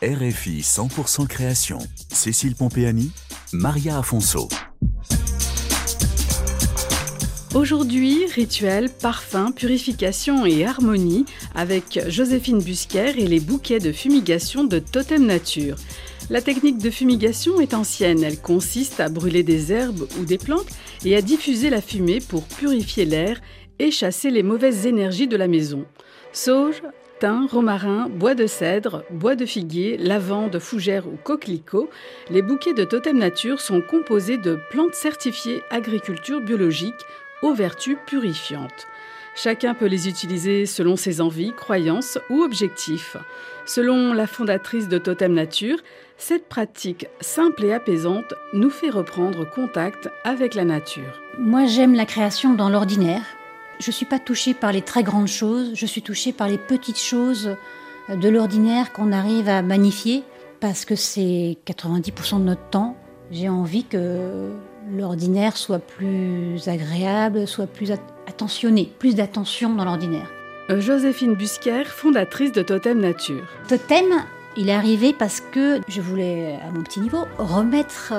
RFI 100% création. Cécile Pompéani, Maria Afonso. Aujourd'hui, rituel, parfum, purification et harmonie avec Joséphine Busquer et les bouquets de fumigation de Totem Nature. La technique de fumigation est ancienne. Elle consiste à brûler des herbes ou des plantes et à diffuser la fumée pour purifier l'air et chasser les mauvaises énergies de la maison. Sauge, thym, romarin, bois de cèdre, bois de figuier, lavande, fougère ou coquelicot, les bouquets de Totem Nature sont composés de plantes certifiées agriculture biologique aux vertus purifiantes. Chacun peut les utiliser selon ses envies, croyances ou objectifs. Selon la fondatrice de Totem Nature, cette pratique simple et apaisante nous fait reprendre contact avec la nature. Moi, j'aime la création dans l'ordinaire. Je ne suis pas touchée par les très grandes choses, je suis touchée par les petites choses de l'ordinaire qu'on arrive à magnifier, parce que c'est 90% de notre temps. J'ai envie que l'ordinaire soit plus agréable, soit plus attentionné, plus d'attention dans l'ordinaire. Joséphine Busquer, fondatrice de Totem Nature. Totem, il est arrivé parce que je voulais, à mon petit niveau, remettre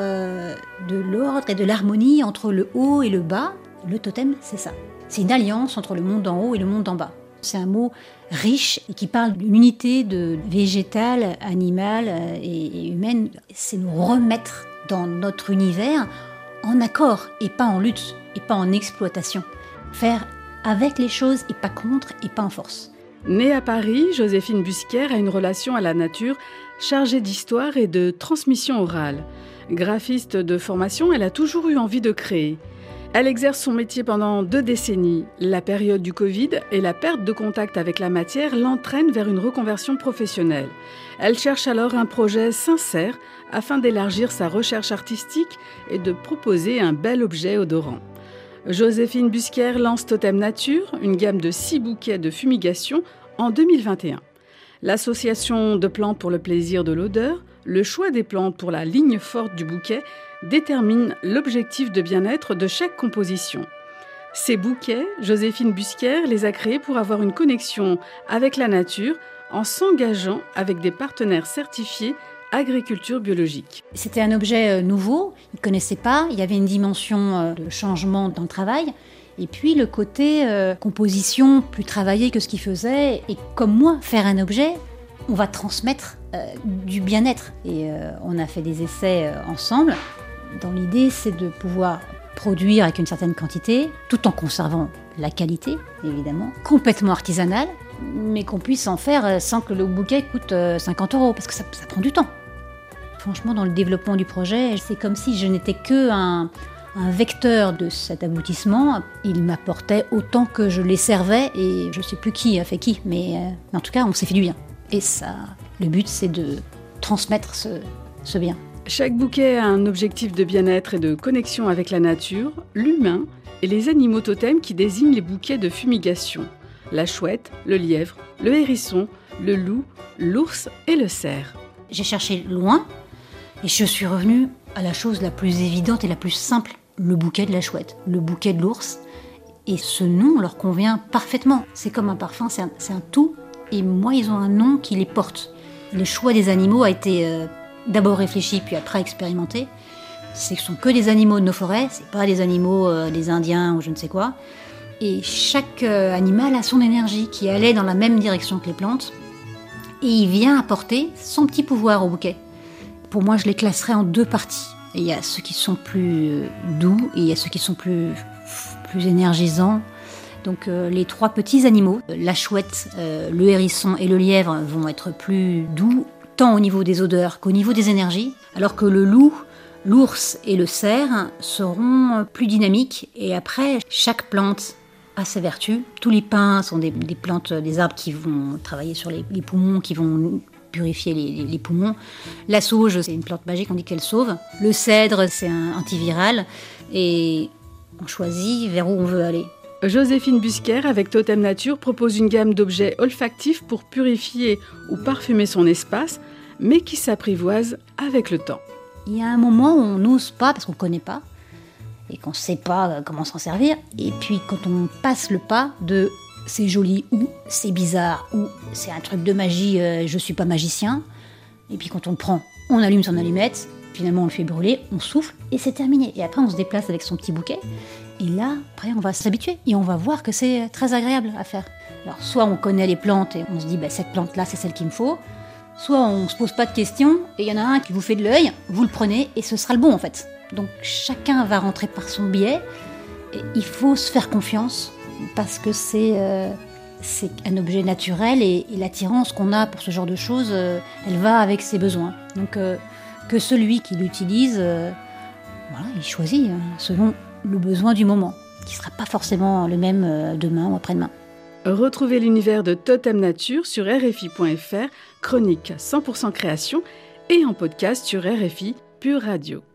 de l'ordre et de l'harmonie entre le haut et le bas. Le totem, c'est ça. C'est une alliance entre le monde d'en haut et le monde d'en bas. C'est un mot riche et qui parle d'une unité de végétale, animale et humaine. C'est nous remettre dans notre univers en accord et pas en lutte et pas en exploitation. Faire avec les choses et pas contre et pas en force. Née à Paris, Joséphine Busquer a une relation à la nature chargée d'histoire et de transmission orale. Graphiste de formation, elle a toujours eu envie de créer. Elle exerce son métier pendant 2 décennies. La période du Covid et la perte de contact avec la matière l'entraînent vers une reconversion professionnelle. Elle cherche alors un projet sincère afin d'élargir sa recherche artistique et de proposer un bel objet odorant. Joséphine Busquer lance Totem Nature, une gamme de 6 bouquets de fumigation en 2021. L'association de plantes pour le plaisir de l'odeur, le choix des plantes pour la ligne forte du bouquet détermine l'objectif de bien-être de chaque composition. Ces bouquets, Joséphine Busquer les a créés pour avoir une connexion avec la nature en s'engageant avec des partenaires certifiés agriculture biologique. C'était un objet nouveau, ils ne connaissaient pas, il y avait une dimension de changement dans le travail, et puis le côté composition plus travaillé que ce qu'ils faisaient, et comme moi, faire un objet, on va transmettre du bien-être. Et on a fait des essais ensemble. Dans l'idée, c'est de pouvoir produire avec une certaine quantité, tout en conservant la qualité, évidemment, complètement artisanale, mais qu'on puisse en faire sans que le bouquet coûte 50 €, parce que ça prend du temps. Franchement, dans le développement du projet, c'est comme si je n'étais qu'un vecteur de cet aboutissement. Il m'apportait autant que je les servais, et je ne sais plus qui a fait qui, mais en tout cas, on s'est fait du bien. Et ça, le but, c'est de transmettre ce bien. Chaque bouquet a un objectif de bien-être et de connexion avec la nature, l'humain et les animaux totems qui désignent les bouquets de fumigation. La chouette, le lièvre, le hérisson, le loup, l'ours et le cerf. J'ai cherché loin et je suis revenue à la chose la plus évidente et la plus simple, le bouquet de la chouette, le bouquet de l'ours. Et ce nom leur convient parfaitement. C'est comme un parfum, c'est un tout. Et moi, ils ont un nom qui les porte. Le choix des animaux a été d'abord réfléchi, puis après expérimenté. Ce sont que des animaux de nos forêts, c'est pas des animaux des Indiens ou je ne sais quoi. Et chaque animal a son énergie qui allait dans la même direction que les plantes. Et il vient apporter son petit pouvoir au bouquet. Pour moi, je les classerais en 2 parties. Et il y a ceux qui sont plus doux et il y a ceux qui sont plus énergisants. Donc les 3 petits animaux, la chouette, le hérisson et le lièvre vont être plus doux, tant au niveau des odeurs qu'au niveau des énergies, alors que le loup, l'ours et le cerf seront plus dynamiques. Et après, chaque plante a ses vertus. Tous les pins sont des plantes, des arbres qui vont travailler sur les poumons, qui vont purifier les poumons. La sauge, c'est une plante magique, on dit qu'elle sauve. Le cèdre, c'est un antiviral. Et on choisit vers où on veut aller. Joséphine Busquer, avec Totem Nature, propose une gamme d'objets olfactifs pour purifier ou parfumer son espace, mais qui s'apprivoisent avec le temps. Il y a un moment où on n'ose pas, parce qu'on ne connaît pas, et qu'on ne sait pas comment s'en servir. Et puis quand on passe le pas de c'est joli ou c'est bizarre ou c'est un truc de magie, je ne suis pas magicien, Et puis quand on le prend, on allume son allumette, finalement on le fait brûler, on souffle et c'est terminé. Et après on se déplace avec son petit bouquet. Et là, après on va s'habituer et on va voir que c'est très agréable à faire. Alors soit on connaît les plantes et on se dit cette plante-là c'est celle qu'il me faut, soit on se pose pas de questions et il y en a un qui vous fait de l'œil, vous le prenez et ce sera le bon en fait. Donc chacun va rentrer par son biais et il faut se faire confiance parce que c'est un objet naturel et l'attirance qu'on a pour ce genre de choses, elle va avec ses besoins. Donc que celui qui l'utilise, il choisit selon le besoin du moment, qui ne sera pas forcément le même demain ou après-demain. Retrouvez l'univers de Totem Nature sur RFI.fr, chronique 100% création et en podcast sur RFI Pure Radio.